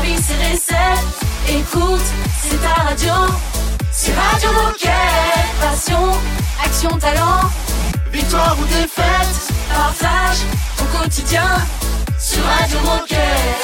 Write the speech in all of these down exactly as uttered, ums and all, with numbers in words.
vie c'est recette. Écoute, c'est ta radio. C'est Radio Moquette. Passion, action, talent. Victoire ou défaite, partage au quotidien sur Radio Moquette.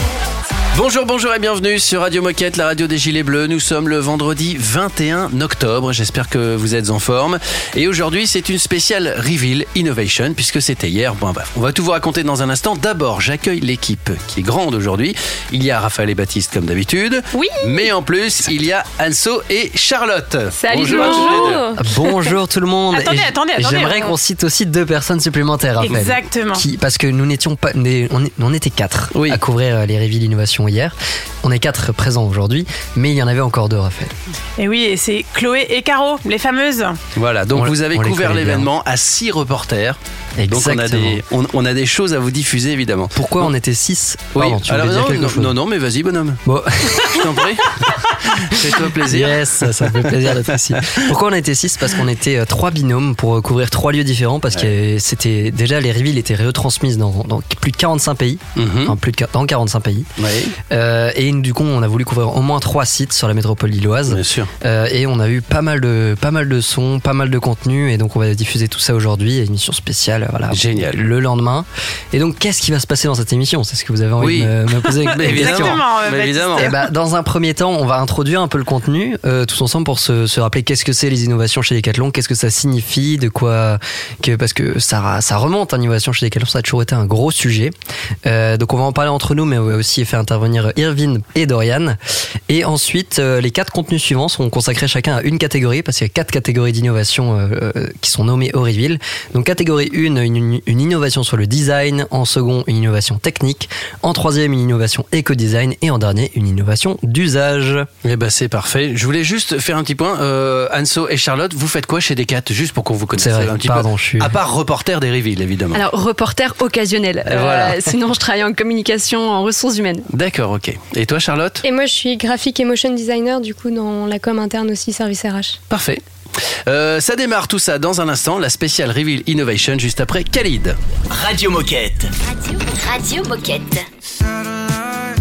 Bonjour, bonjour et bienvenue sur Radio Moquette, la radio des Gilets Bleus. Nous sommes le vendredi vingt et un octobre. J'espère que vous êtes en forme. Et aujourd'hui, c'est une spéciale Reveal Innovation puisque c'était hier. Bon, bref, on va tout vous raconter dans un instant. D'abord, j'accueille l'équipe qui est grande aujourd'hui. Il y a Raphaël et Baptiste comme d'habitude. Oui. Mais en plus, il y a Anso et Charlotte. Salut. Bonjour à tous les deux. Bonjour tout le monde. Attendez, Et attendez, attendez. J'aimerais qu'on cite aussi deux personnes supplémentaires, Raphaël. Exactement. Qui, parce que nous n'étions pas, on, on était quatre Oui. à couvrir les Reveal Innovation hier. On est quatre présents aujourd'hui, mais il y en avait encore deux, Raphaël. Et oui, et c'est Chloé et Caro, les fameuses. Voilà, donc On- vous avez on les couvert connaît l'événement à six reporters. Donc on a, Exactement. des, on, on a des choses à vous diffuser évidemment. Pourquoi Bon. on était six? Oui, Pardon, tu alors voulais non, dire quelque non, chose? non, non, mais vas-y bonhomme. Bon. Je t'en prie. Fais-toi plaisir. Yes, ça me fait plaisir d'être ici. Pourquoi on a été six? Parce qu'on était euh, trois binômes pour euh, couvrir trois lieux différents. Parce que c'était déjà les reveals étaient retransmises dans, dans plus de quarante-cinq pays. Mhm. Enfin, plus de, qua- dans quarante-cinq pays. Oui, Euh, et du coup, on a voulu couvrir au moins trois sites sur la métropole lilloise. bien sûr. Euh, et on a eu pas mal de pas mal de sons, pas mal de contenu, et donc on va diffuser tout ça aujourd'hui, émission spéciale, voilà. Génial. Le lendemain. Et donc, qu'est-ce qui va se passer dans cette émission? C'est ce que vous avez envie Oui. de me, me poser Mais la évidemment. question. Exactement, euh, Mais Baptiste. évidemment. Et bah, dans un premier temps, on va introduire un peu le contenu euh, tous ensemble pour se, se rappeler qu'est-ce que c'est les innovations chez Decathlon, qu'est-ce que ça signifie, de quoi que parce que ça ça remonte à l'innovation chez Decathlon, ça a toujours été un gros sujet. Euh, donc on va en parler entre nous, mais on va aussi faire intervenir Irvine et Dorian. Et ensuite, euh, les quatre contenus suivants seront consacrés chacun à une catégorie, parce qu'il y a quatre catégories d'innovation euh, euh, qui sont nommées au reveal. Donc catégorie un, une, une innovation sur le design, en second une innovation technique, en troisième une innovation éco-design et en dernier une innovation d'usage. Eh ben c'est parfait. Je voulais juste faire un petit point. Euh, Anso et Charlotte, vous faites quoi chez Decat? Juste pour qu'on vous connaisse C'est vrai, un petit pardon, peu. je suis- À part reporter des Reveal, évidemment. Alors, reporter occasionnel. Euh, Voilà. sinon, je travaille en communication, en ressources humaines. D'accord, ok. Et toi, Charlotte? Et moi, je suis graphique et motion designer, du coup, dans la com interne aussi, service R H. Parfait. Euh, ça démarre tout ça dans un instant. La spéciale Reveal Innovation juste après Khalid. Radio Moquette. Radio, Radio Moquette. Satellite,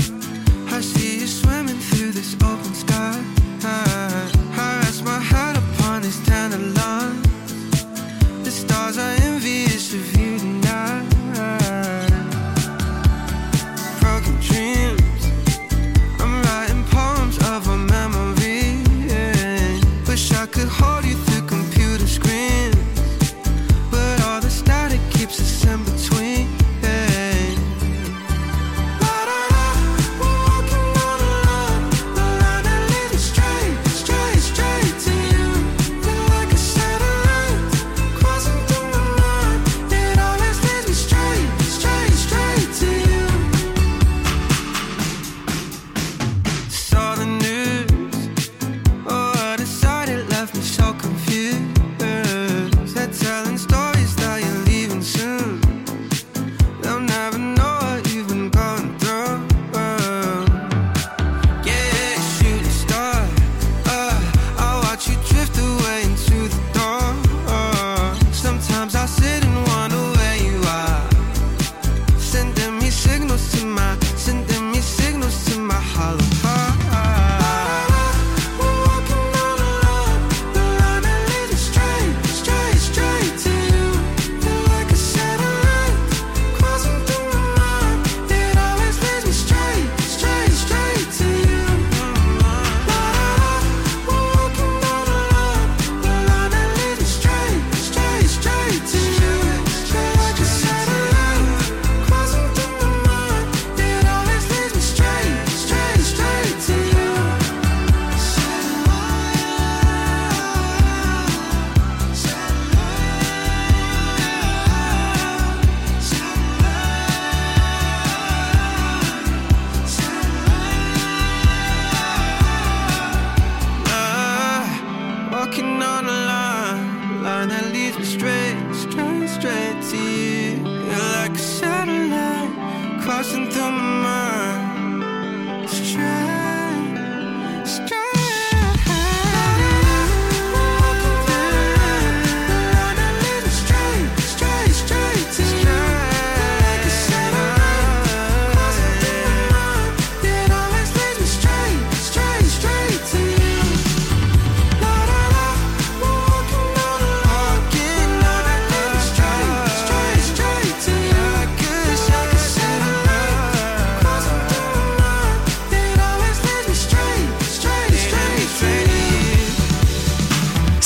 I see you swimming through this open sky. I rest my head upon this tender line. The stars are envious of you tonight. Broken dreams, I'm writing poems of a memory. Wish I could hold you through computer screens, but all the static keeps us in between.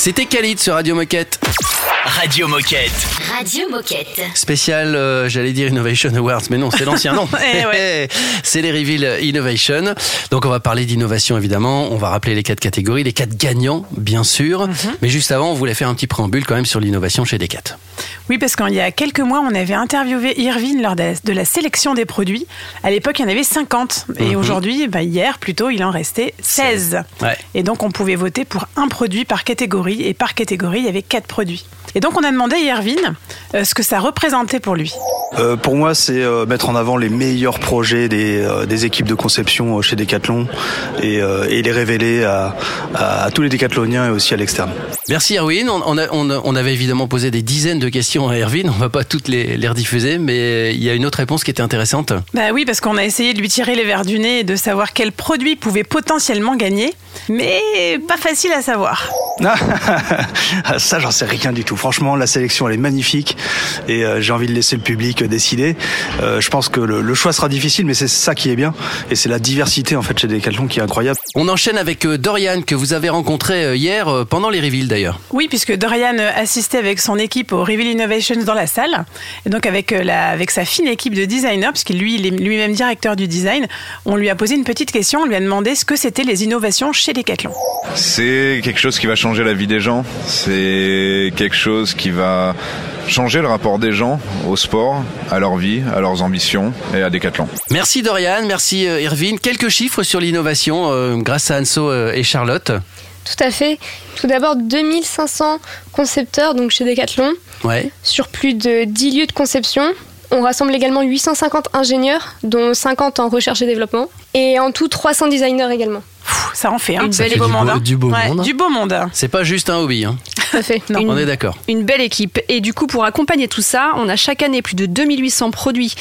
C'était Khalid sur Radio Moquette. Radio Moquette. Radio Moquette. Spécial, euh, j'allais dire Innovation Awards, mais non, c'est l'ancien nom. Eh ouais. C'est les Reveal Innovation. Donc on va parler d'innovation évidemment, on va rappeler les quatre catégories, les quatre gagnants bien sûr. Mm-hmm. Mais juste avant, on voulait faire un petit préambule quand même sur l'innovation chez Decat. Oui, parce qu'il y a quelques mois, on avait interviewé Irvine lors de la, de la sélection des produits. À l'époque, il y en avait cinquante. Et mm-hmm. aujourd'hui, bah, hier plutôt, il en restait seize. Ouais. Et donc, on pouvait voter pour un produit par catégorie. Et par catégorie, il y avait quatre produits. Et donc, on a demandé à Irvine euh, ce que ça représentait pour lui. Euh, pour moi, c'est euh, mettre en avant les meilleurs projets des, euh, des équipes de conception euh, chez Decathlon et, euh, et les révéler à, à, à tous les décathloniens et aussi à l'externe. Merci Irvine. On, on, a, on, on avait évidemment posé des dizaines de questions à Irvine. On ne va pas toutes les, les rediffuser, mais il y a une autre réponse qui était intéressante. Bah oui, parce qu'on a essayé de lui tirer les vers du nez et de savoir quel produit pouvait potentiellement gagner, mais pas facile à savoir. Ça, j'en sais rien du tout. Franchement, la sélection, elle est magnifique et euh, j'ai envie de laisser le public décider. Euh, je pense que le, le choix sera difficile, mais c'est ça qui est bien et c'est la diversité en fait chez Decathlon qui est incroyable. On enchaîne avec Dorian que vous avez rencontré hier pendant les Reveal d'ailleurs. Oui, puisque Dorian assistait avec son équipe au Reveal Innovations dans la salle et donc avec, la, avec sa fine équipe de designers, puisqu'il lui, il est lui-même directeur du design, on lui a posé une petite question, on lui a demandé ce que c'était les innovations chez Decathlon. C'est quelque chose qui va changer la vie des gens, c'est quelque chose qui va changer le rapport des gens au sport, à leur vie, à leurs ambitions et à Decathlon. Merci Dorian, merci Irvine. Quelques chiffres sur l'innovation euh, grâce à Anso euh, et Charlotte. Tout à fait. Tout d'abord, deux mille cinq cents concepteurs donc chez Decathlon, ouais. sur plus de dix lieux de conception. On rassemble également huit cent cinquante ingénieurs, dont cinquante en recherche et développement, et en tout trois cents designers également. Ça en fait, hein. Ça fait du, beau, monde. Du beau ouais, monde. Du beau monde. C'est pas juste un hobby. Hein. Tout à fait. Non. On est d'accord. Une belle équipe. Et du coup, pour accompagner tout ça, on a chaque année plus de deux mille huit cents produits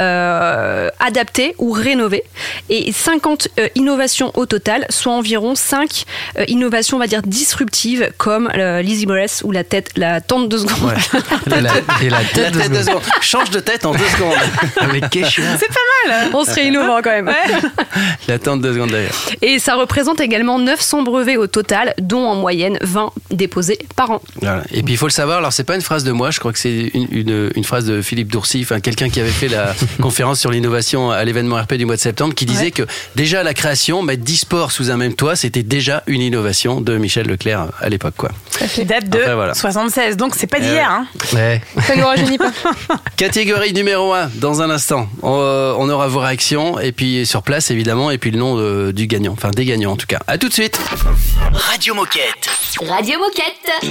euh, adaptés ou rénovés et cinquante euh, innovations au total, soit environ cinq euh, innovations, on va dire, disruptives comme euh, l'Easy Breath ou la tête, la tente de secondes. Ouais. Et la, et la tête, la de, tête de seconde. Change de tête en deux secondes. Avec Kesha. C'est pas mal. On serait innovant quand même. Ouais. La tente de secondes d'ailleurs. Et ça représente également neuf cents brevets au total, dont en moyenne vingt déposés par an. Voilà. Et puis il faut le savoir, alors c'est pas une phrase de moi, je crois que c'est une, une, une phrase de Philippe Dourcy, enfin quelqu'un qui avait fait la conférence sur l'innovation à l'événement R P du mois de septembre, qui disait ouais. que déjà la création, mettre dix sports sous un même toit, c'était déjà une innovation de Michel Leclerc à l'époque, quoi. Ça date de Après, voilà. soixante-seize, donc c'est pas d'hier. Hein. Ouais. Ça nous rajeunit pas. Catégorie numéro un, dans un instant. On, on aura vos réactions, et puis sur place évidemment, et puis le nom de, du gagnant, enfin des gagnants en tout cas. À tout de suite. Radio Moquette. Radio Moquette.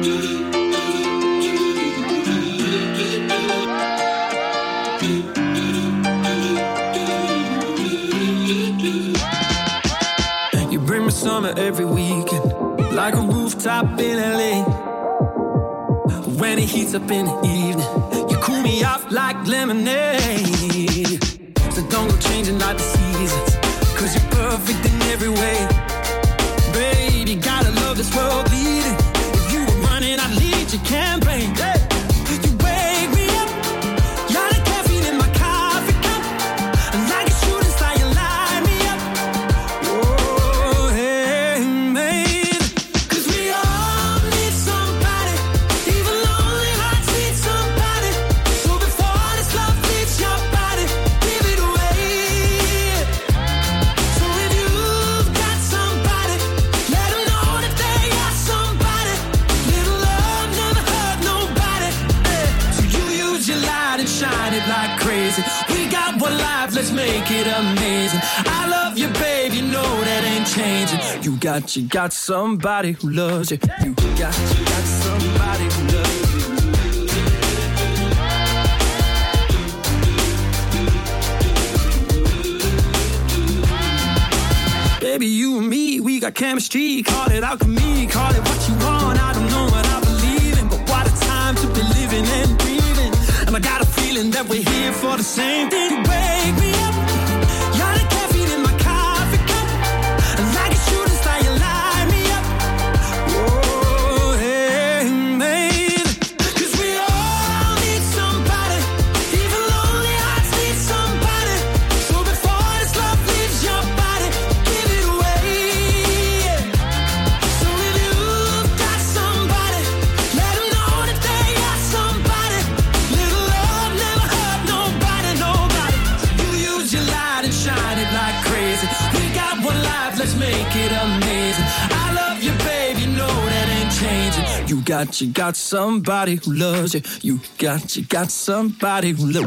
You bring me summer every weekend, like a rooftop in L A. When it heats up in the evening, you cool me off like lemonade. So don't go changing like the seasons, 'cause you're perfect in every way. Babe, you gotta love this world leading. If you were running, I'd lead your campaign. Hey. You wake me up, you're the caffeine in my coffee cup. And like a shooting star, you light me up. Oh, hey, man. 'Cause we all need somebody, even lonely hearts need somebody. So before this love leaves your body, give it away. So if you've got somebody, let them know that they are somebody. Little love never hurt nobody. Yeah. So you use your light and shine it like crazy. We got one life, let's make it amazing. I love you, babe, you know that ain't changing. You got, you got somebody who loves you. You got, you got somebody who loves you. Baby, you and me, we got chemistry. Call it alchemy, call it what you want. I don't know what I believe in, but what a time to be living and breathing. And I got a feeling that we're here for the same thing. You wake me up, you're the caffeine in my coffee cup. And like a shooting star, you light me up. Oh, hey, man. 'Cause we all need somebody, even lonely hearts need somebody. So before this love leaves your body, give it away. So if you've got somebody, got, you got somebody who loves you. You got, you got somebody who loves you.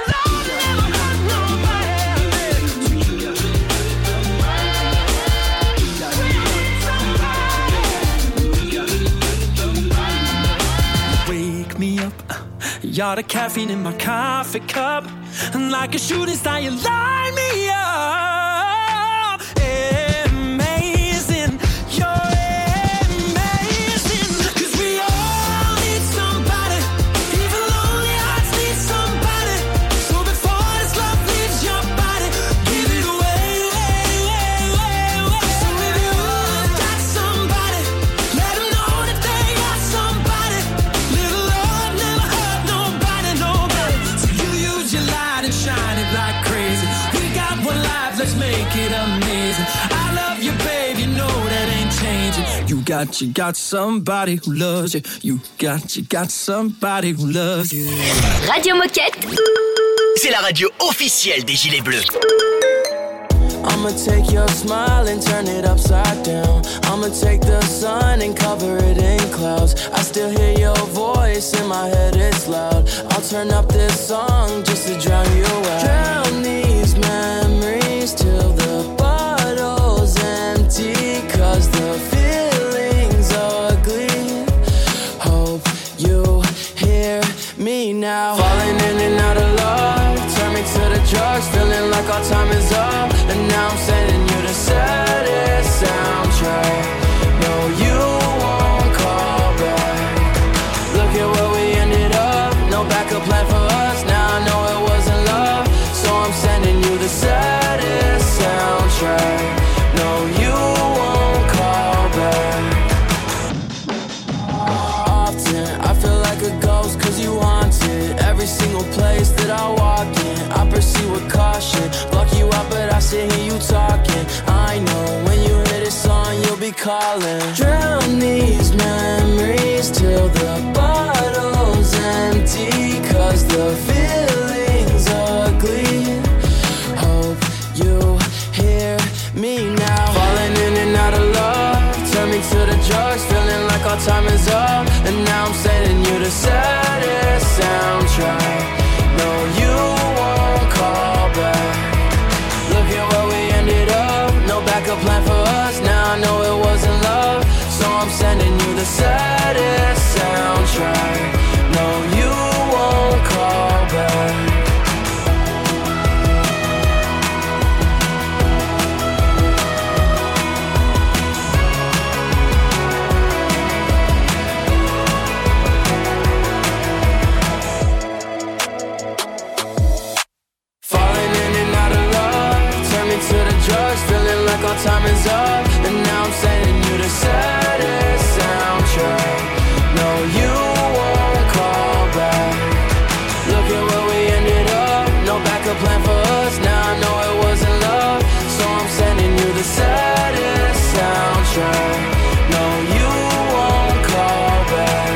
Wake me up, you're the caffeine in my coffee cup, and like a shooting star you light me up. Amazing, you're amazing. 'Cause we all need somebody, even lonely hearts need somebody. So before this love leaves your body, give it away, away, away, away, away. So if you've got somebody, let them know that they got somebody. Little love never hurt nobody, nobody. So you use your light and shine it like crazy. We got one life, let's make it amazing. I love you, babe, you know that ain't changing. You got, you got somebody who loves you. You got, you got somebody who loves you. Radio Moquette. C'est la radio officielle des Gilets Bleus. I'ma take your smile and turn it upside down. I'ma take the sun and cover it in clouds. I still hear your voice in my head, it's loud. I'll turn up this song just to drown you out. Drown these memories till the bottle's empty, 'cause the feeling's ugly. Hope you hear me now. Falling in and out of love, turn me to the drugs, feeling like our time is up. And now I'm sending you the saddest soundtrack. No, you won't call back. Look at where we ended up, no backup plan for us. Now I know it wasn't love, so I'm sending you the saddest soundtrack. No, you won't call back. Often I feel like a ghost 'cause you haunted every single place that I walk in. I proceed with caution, block you out but I still hear you talking. I know when you hear this song you'll be calling. Drown these memories till the bottle's empty, 'cause the feeling's ugly. Hope you hear me now. Falling in and out of love, turn me to the drugs, feeling like our time is up. And now I'm sending you the saddest soundtrack. No, you won't call back. Look at where we ended up, no backup plan for us. Now I know it wasn't love, so I'm sending you the saddest soundtrack. No, you won't call back. Feeling like our time is up, and now I'm sending you the saddest soundtrack. No, you won't call back. Look at where we ended up, no backup plan for us. Now I know it wasn't love, so I'm sending you the saddest soundtrack. No, you won't call back.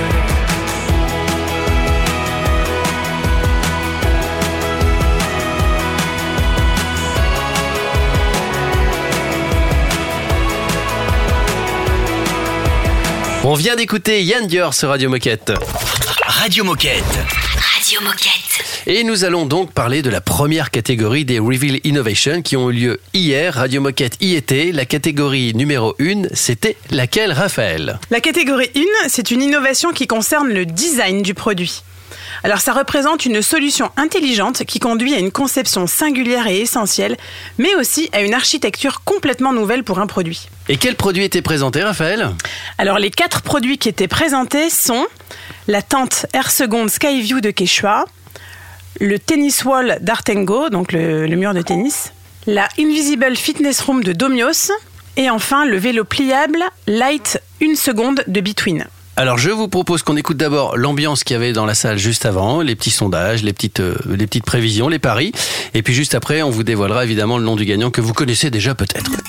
On vient d'écouter Yann Dior sur Radio Moquette. Radio Moquette. Radio Moquette. Et nous allons donc parler de la première catégorie des Reveal Innovation qui ont eu lieu hier. Radio Moquette y était. La catégorie numéro un, c'était laquelle, Raphaël ? La catégorie un, c'est une innovation qui concerne le design du produit. Alors ça représente une solution intelligente qui conduit à une conception singulière et essentielle, mais aussi à une architecture complètement nouvelle pour un produit. Et quels produits étaient présentés, Raphaël ? Alors les quatre produits qui étaient présentés sont la tente Air Second Skyview de Quechua, le Tennis Wall d'Artengo, donc le, le mur de tennis, la Invisible Fitness Room de Domios, et enfin le vélo pliable Light une seconde de Between. Alors je vous propose qu'on écoute d'abord l'ambiance qu'il y avait dans la salle juste avant, les petits sondages, les petites, euh, les petites prévisions, les paris. Et puis juste après, on vous dévoilera évidemment le nom du gagnant que vous connaissez déjà peut-être.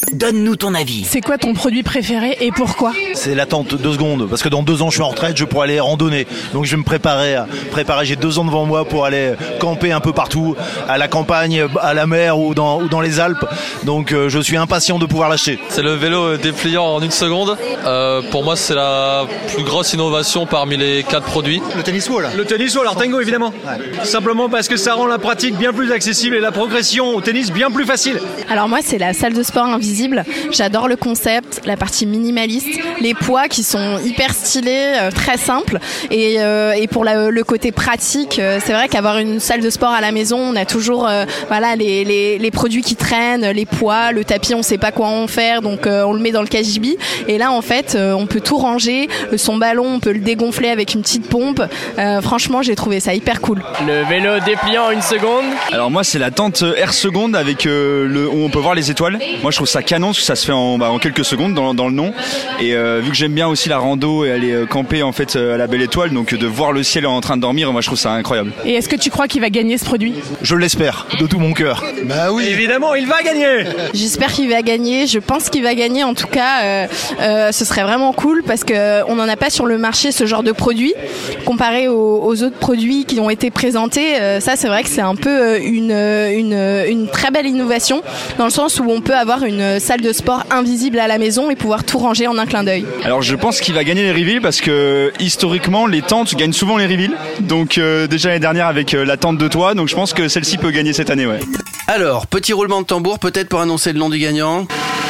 Donne-nous ton avis. C'est quoi ton produit préféré et pourquoi ? C'est l'attente deux secondes, parce que dans deux ans je suis en retraite, je pourrais aller randonner. Donc je vais me préparer, à préparer. J'ai deux ans devant moi pour aller camper un peu partout, à la campagne, à la mer ou dans, ou dans les Alpes. Donc euh, je suis impatient de pouvoir l'acheter. C'est le vélo dépliant en une seconde. Euh, pour moi c'est la plus grosse innovation parmi les quatre produits. Le tennis wall. Le tennis wall, Artengo évidemment. Ouais. Simplement parce que ça rend la pratique bien plus accessible et la progression au tennis bien plus facile. Alors moi c'est la salle de sport invisible. J'adore le concept, la partie minimaliste, les poids qui sont hyper stylés, euh, très simples. Et, euh, et pour la, le côté pratique, euh, c'est vrai qu'avoir une salle de sport à la maison, on a toujours euh, voilà, les, les, les produits qui traînent, les poids, le tapis, on ne sait pas quoi en faire, donc euh, on le met dans le cagibi. Et là en fait, euh, on peut tout ranger. Son ballon, on peut le dégonfler avec une petite pompe. Euh, franchement, j'ai trouvé ça hyper cool. Le vélo dépliant en une seconde. Alors moi, c'est la tente R seconde avec euh, le, où on peut voir les étoiles. Moi, je trouve ça canon parce que ça se fait en, bah, en quelques secondes dans, dans le nom. Et euh, vu que j'aime bien aussi la rando et aller euh, camper en fait euh, à la belle étoile, donc euh, de voir le ciel en train de dormir, moi je trouve ça incroyable. Et est-ce que tu crois qu'il va gagner ce produit ? Je l'espère, de tout mon cœur. Bah oui, évidemment, il va gagner. J'espère qu'il va gagner. Je pense qu'il va gagner. En tout cas, euh, euh, ce serait vraiment cool parce que on n'en a pas sur le marché ce genre de produit comparé aux, aux autres produits qui ont été présentés. Euh, ça, c'est vrai que c'est un peu une, une, une très belle innovation dans le sens où on peut avoir une salle de sport invisible à la maison et pouvoir tout ranger en un clin d'œil. Alors je pense qu'il va gagner les reveals parce que historiquement les tentes gagnent souvent les reveals. Donc euh, déjà l'année dernière avec euh, la tente de toit, donc je pense que celle-ci peut gagner cette année, ouais. Alors, petit roulement de tambour peut-être pour annoncer le nom du gagnant.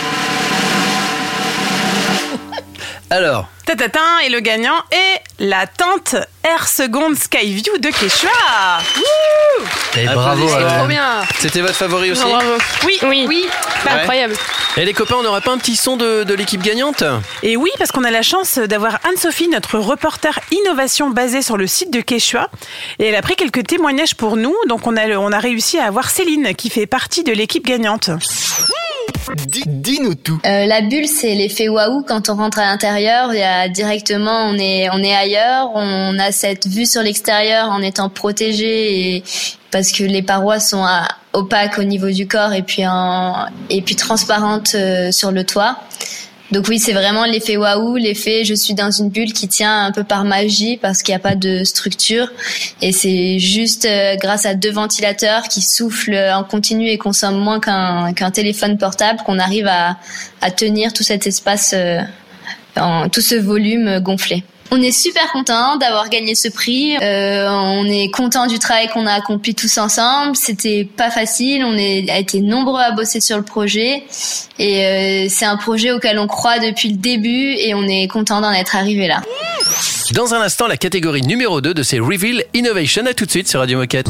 Alors, Tatatin, et le gagnant est la tente R Seconde Skyview de Quechua. Et bravo. C'est euh, trop bien. C'était votre favori aussi ? Bravo. Oui, Oui, oui. Ouais. Incroyable. Et les copains, on n'aura pas un petit son de, de l'équipe gagnante ? Et oui, parce qu'on a la chance d'avoir Anne-Sophie, notre reporter innovation basée sur le site de Quechua. Et elle a pris quelques témoignages pour nous. Donc on a, on a réussi à avoir Céline qui fait partie de l'équipe gagnante. Dis-nous tout. Euh, la bulle, c'est l'effet waouh. Quand on rentre à l'intérieur, il y a directement, on est, on est ailleurs. On a cette vue sur l'extérieur en étant protégé et parce que les parois sont à, opaques au niveau du corps et puis en, et puis transparentes euh, sur le toit. Donc oui, c'est vraiment l'effet waouh, l'effet je suis dans une bulle qui tient un peu par magie parce qu'il n'y a pas de structure et c'est juste euh, grâce à deux ventilateurs qui soufflent en continu et consomment moins qu'un, qu'un téléphone portable qu'on arrive à, à tenir tout cet espace, euh, en, tout ce volume gonflé. On est super content d'avoir gagné ce prix. Euh, on est content du travail qu'on a accompli tous ensemble. C'était pas facile. On est, a été nombreux à bosser sur le projet. Et euh, c'est un projet auquel on croit depuis le début et on est content d'en être arrivé là. Dans un instant, la catégorie numéro deux de ces Reveal Innovation. À tout de suite sur Radio Moquette.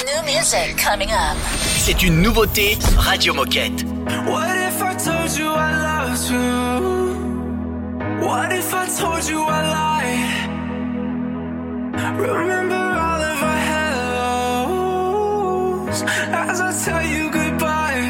C'est une nouveauté Radio Moquette. What if I told you I loved you? What if I told you I lied? Remember all of our hellos as I tell you goodbye.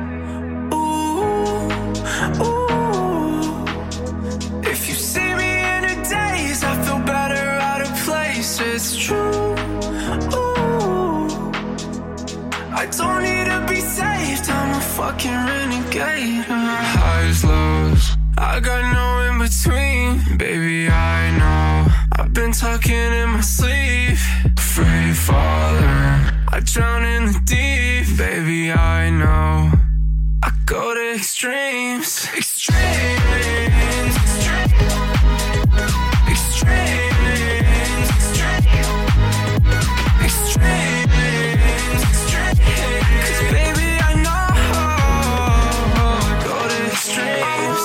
Ooh, ooh. If you see me in a daze, I feel better out of place. It's true. Ooh, I don't need to be saved. I'm a fucking renegade. Highs, lows, I got no in between. Baby, I know I've been talking in my sleep. Free falling, I drown in the deep. Baby, I know I go to extremes. Extremes, extremes, extremes, extremes, extremes. 'Cause baby, I know I go to extremes.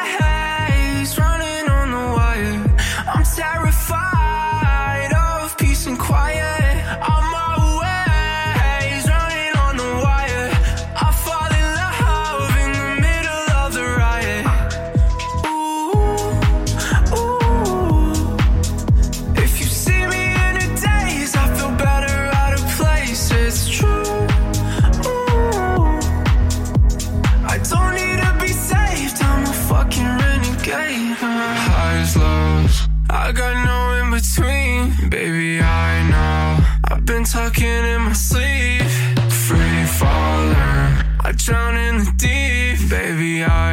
Terrified of peace and quiet. I'm always running on the wire. I fall in love in the middle of the riot. Ooh, ooh. If you see me in a daze, I feel better out of place. It's true. Ooh, I don't need to be saved. I'm a fucking renegade. Highs, lows, I got no in between. Baby, I know I've been talking in my sleep. Free falling, I drown in the deep. Baby, I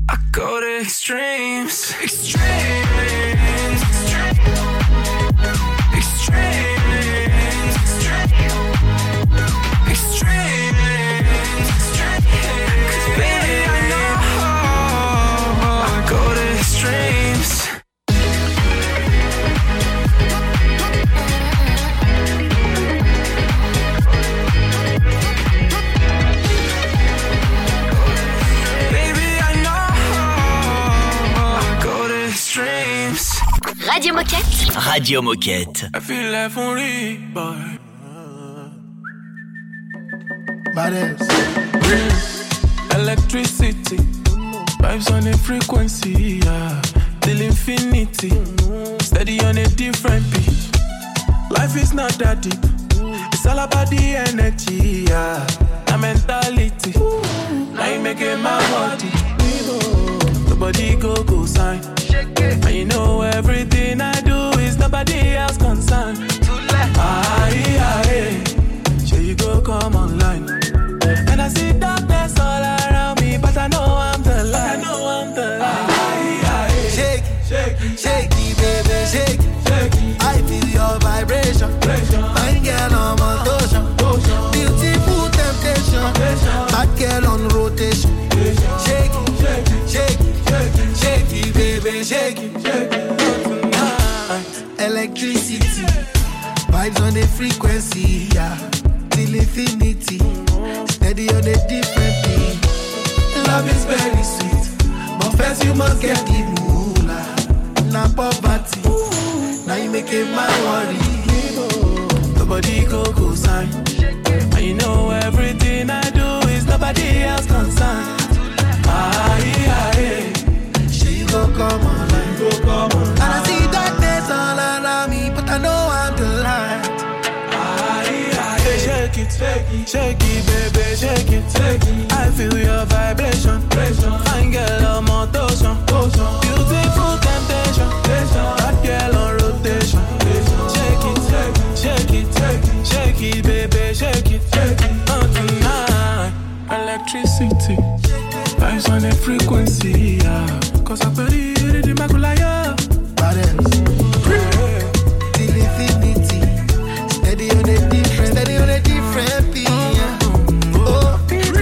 I go to extremes, extremes, extremes, extremes, extremes, extremes. 'Cause baby, I know I go to extremes. Radio Moquette. Radio Moquette. I feel like only boy. Badass. Electricity. Vibes on a frequency, yeah. Till infinity. Steady on a different beat. Life is not that deep. It's all about the energy, yeah. The mentality. Now you making my body. Nobody go go sign. And you know everything I do is nobody else concerned. Aye, aye, sure you go come online. And I see darkness all around me, but I know I'm the light. I know I'm the light. Aye, aye, shake, shake, shake it, baby, shake it. I feel your vibration. Fine girl on motion. Beautiful temptation. Bad girl on rotation. Shake it, shake it, shake it, shake it, baby, shake it. Electricity, vibes on the frequency, yeah. Till infinity, steady on a different beat. Love is very sweet, but first you must get the moolah. Now poverty, now you make it my worry. Nobody go go sign. And you know everything I do is nobody else concerned. Aye, aye, she go come online, go come online. And I see darkness all around me, but I know I'm the light. Aye, aye, shake it, shake it, shake it, baby, shake it, shake it. I feel your vibration, fine girl on motion, beautiful temptation, hot girl on rotation. Shake it, shake it, shake it, shake it, baby, shake it, shake it. On tonight, electricity, vibes on a frequency, yeah. Cause I believe it in my kulaya. Till infinity, steady on a different, steady on a different beat. Oh.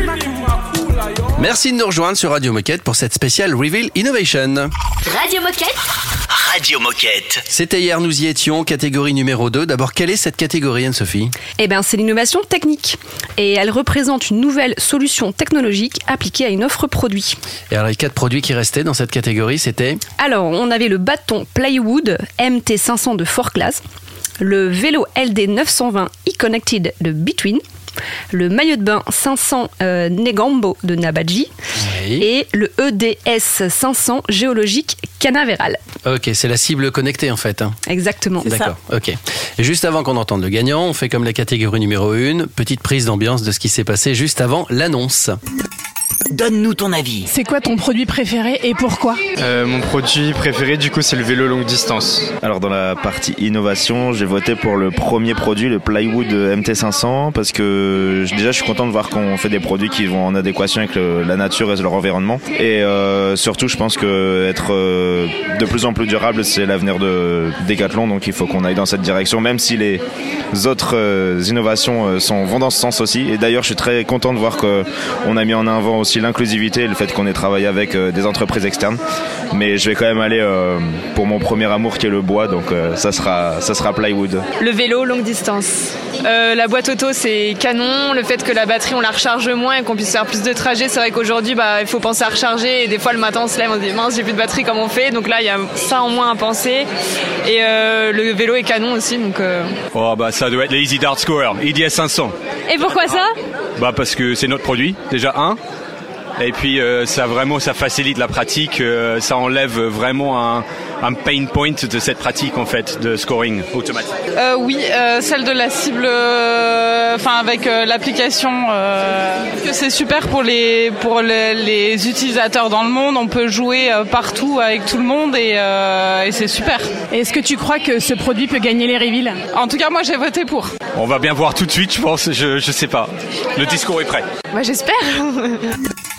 Merci de nous rejoindre sur Radio Moquette pour cette spéciale Reveal Innovation. Radio Moquette. Radio Moquette. C'était hier, nous y étions, catégorie numéro deux. D'abord, quelle est cette catégorie, Anne-Sophie ? Eh bien, c'est l'innovation technique. Et elle représente une nouvelle solution technologique appliquée à une offre produit. Et alors, les quatre produits qui restaient dans cette catégorie, c'était ? Alors, on avait le bâton Plywood M T cinq cents de Fort Class, le vélo L D neuf cent vingt e-Connected de Between, le maillot de bain cinq cents euh, Negambo de Nabaji, oui, et le E D S cinq cents géologique Canaveral. Ok, c'est la cible connectée en fait. Hein. Exactement. C'est D'accord, ça. Ok. Et juste avant qu'on entende le gagnant, on fait comme la catégorie numéro un, petite prise d'ambiance de ce qui s'est passé juste avant l'annonce. Donne-nous ton avis. C'est quoi ton produit préféré et pourquoi ? euh, Mon produit préféré, du coup, c'est le vélo longue distance. Alors, dans la partie innovation, j'ai voté pour le premier produit, le Plywood M T cinq cents, parce que déjà, je suis content de voir qu'on fait des produits qui vont en adéquation avec le, la nature et leur environnement. Et euh, surtout, je pense que être euh, de plus en plus durable, c'est l'avenir de Decathlon. Donc, il faut qu'on aille dans cette direction, même si les autres euh, innovations euh, sont, vont dans ce sens aussi. Et d'ailleurs, je suis très content de voir qu'on a mis en avant aussi l'inclusivité et le fait qu'on ait travaillé avec euh, des entreprises externes. Mais je vais quand même aller euh, pour mon premier amour qui est le bois, donc euh, ça sera, ça sera Plywood. Le vélo longue distance. Euh, la boîte auto, c'est canon. Le fait que la batterie, on la recharge moins et qu'on puisse faire plus de trajets, c'est vrai qu'aujourd'hui, bah, il faut penser à recharger. Et des fois, le matin, on se lève, on se dit mince, j'ai plus de batterie, comment on fait ? Donc là, il y a ça en moins à penser. Et euh, le vélo est canon aussi. Donc, euh... oh, bah, ça doit être le Easy Dart Scorer, E D S cinq cents. Et pourquoi ça ? Bah, parce que c'est notre produit, déjà un. Et puis euh, ça vraiment ça facilite la pratique, euh, ça enlève vraiment un, un pain point de cette pratique en fait de scoring automatique. Euh, oui, euh, celle de la cible, enfin euh, avec euh, l'application, euh, que c'est super pour les pour les, les utilisateurs dans le monde. On peut jouer euh, partout avec tout le monde et, euh, et c'est super. Et est-ce que tu crois que ce produit peut gagner les reveals ? En tout cas, moi j'ai voté pour. On va bien voir tout de suite, je pense. Je je sais pas. Le discours est prêt. Moi j'espère. Et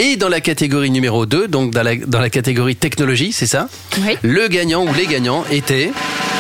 Et dans la catégorie numéro deux, donc dans la, dans la catégorie technologie, c'est ça ? Oui. Le gagnant ou les gagnants étaient...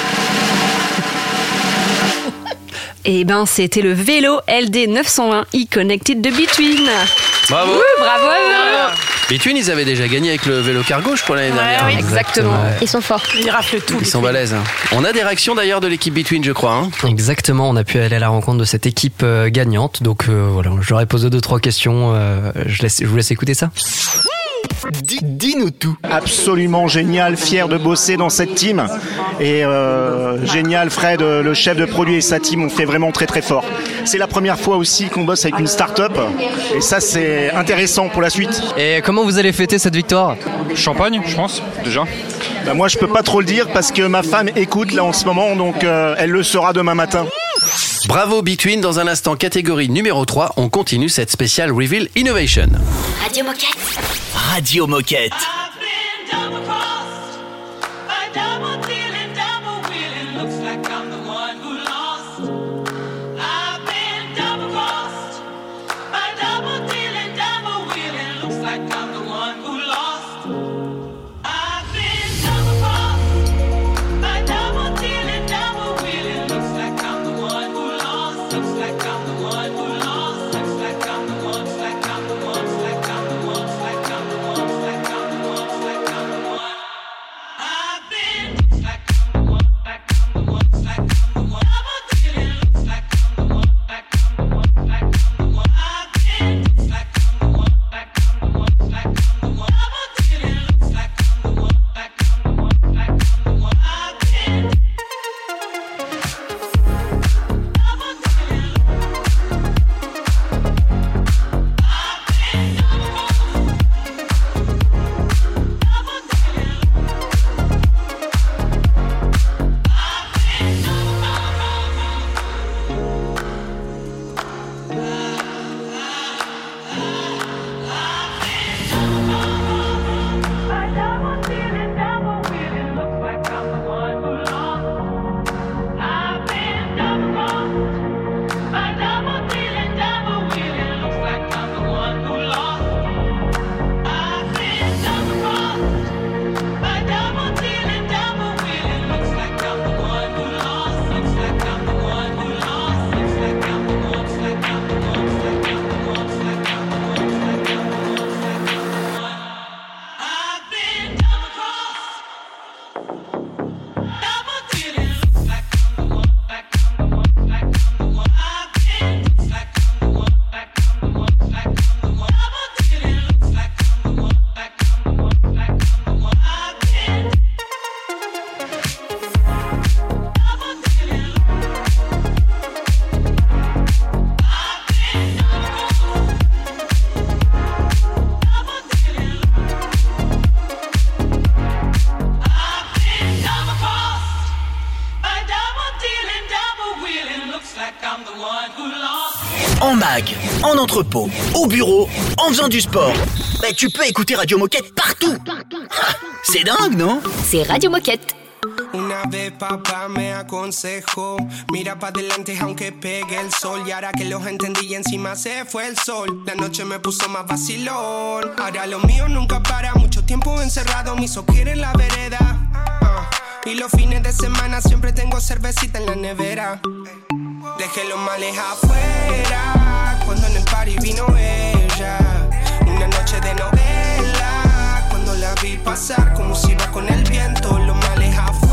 Eh ben, c'était le vélo L D neuf cent vingt e-Connected de Between. Bravo. Ouh, bravo, bravo. Between, ils avaient déjà gagné avec le vélo cargo, je crois, l'année Ouais, dernière. oui, exactement. Ouais. Ils sont forts. Ils raflent tout. Ils sont balèzes. hein. On a des réactions d'ailleurs de l'équipe Between, je crois. Hein. Exactement, on a pu aller à la rencontre de cette équipe euh, gagnante. Donc euh, voilà, je leur ai posé deux, trois questions. Euh, je, laisse, je vous laisse écouter ça. Dis-nous tout. Absolument génial, fier de bosser dans cette team. Et euh, génial, Fred, le chef de produit et sa team ont fait vraiment très très fort. C'est la première fois aussi qu'on bosse avec une start-up. Et ça, c'est intéressant pour la suite. Et comment vous allez fêter cette victoire ? Champagne, je pense, déjà. Bah moi, je peux pas trop le dire parce que ma femme écoute là en ce moment, donc euh, elle le saura demain matin. Bravo Between, dans un instant, catégorie numéro trois, on continue cette spéciale Reveal Innovation. Radio Moquette. Radio Moquette. En mag, en entrepôt, au bureau, en faisant du sport. Bah, tu peux écouter Radio Moquette partout. Ah, c'est dingue, non? C'est Radio Moquette. Una vez papá me aconsejó, mira pa' adelante aunque pegue el sol. Y ahora que los entendí y encima se fue el sol, la noche me puso más vacilón. Ahora lo mío nunca para, mucho tiempo encerrado, me hizo quiere en la vereda. uh, Y los fines de semana siempre tengo cervecita en la nevera. Dejé los males afuera, cuando en el party vino ella. Una noche de novela, cuando la vi pasar como si iba con el viento. Los males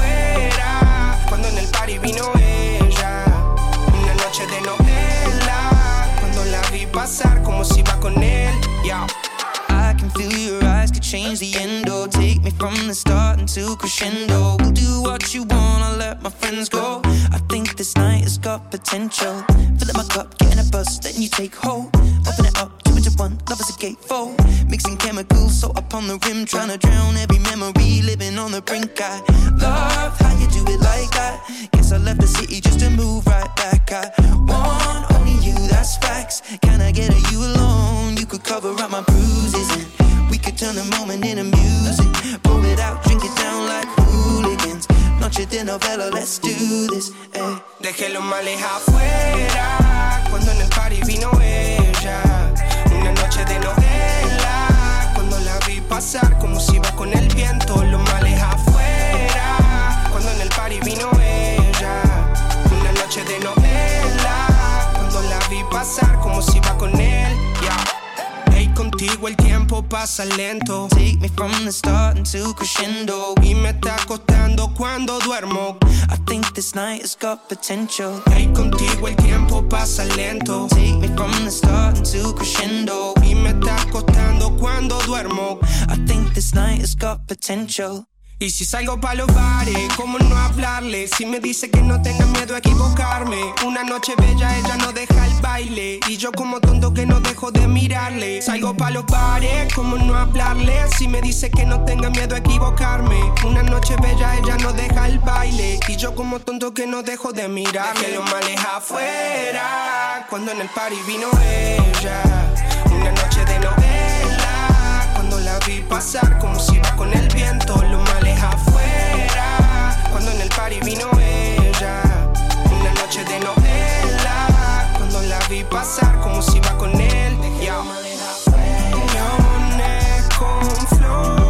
afuera, cuando en el party vino ella. Una noche de novela, cuando la vi pasar como si iba con él. Yeah. I can feel your eyes could change the endo. Take me from the start into crescendo. We'll do what you want, I'll let my friends go. I think this night has got potential. Fill up my cup, get in a bus, then you take hold. Open it up, two into one, love is a gatefold. Mixing chemicals, so up on the rim. Trying to drown every memory, living on the brink. I love how you do it like that. Guess I left the city just to move right back. I want only you, that's facts. Can I get a you alone? You could cover up my bruises. We could turn the moment into music. Pour it out, drink it down like hooligans. Noche de novela, let's do this. Eh. Dejé los males afuera, cuando en el party vino ella. Una noche de novela, pasar como si va con el viento, los males afuera. Cuando en el party vino ella, una noche de novela. Cuando la vi pasar como si va con él, yeah. Hey, contigo el tiempo pasa lento. Take me from the start into crescendo. Y me está costando cuando duermo. I think this night has got potential. Hey, contigo el tiempo pasa lento. Take me from the start into crescendo. Y me está costando cuando duermo. I think this night has got potential. Y si salgo pa' los bares, ¿cómo no hablarle? Si me dice que no tenga miedo a equivocarme. Una noche bella, ella no deja el baile. Y yo como tonto que no dejo de mirarle. Salgo pa' los bares, ¿cómo no hablarle? Si me dice que no tenga miedo a equivocarme. Una noche bella, ella no deja el baile. Y yo como tonto que no dejo de mirarle. Que los males afuera, cuando en el party vino ella. Una noche de novela, cuando la vi pasar como si va con el viento. Los males afuera, cuando en el party vino ella. Una noche de novela, cuando la vi pasar como si va con él. Yeah. Leones con flow,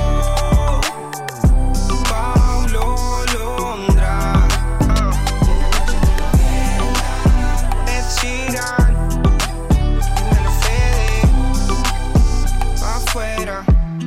Paulo Londra, uh. Ed Sheeran, Dímelo Fede, afuera,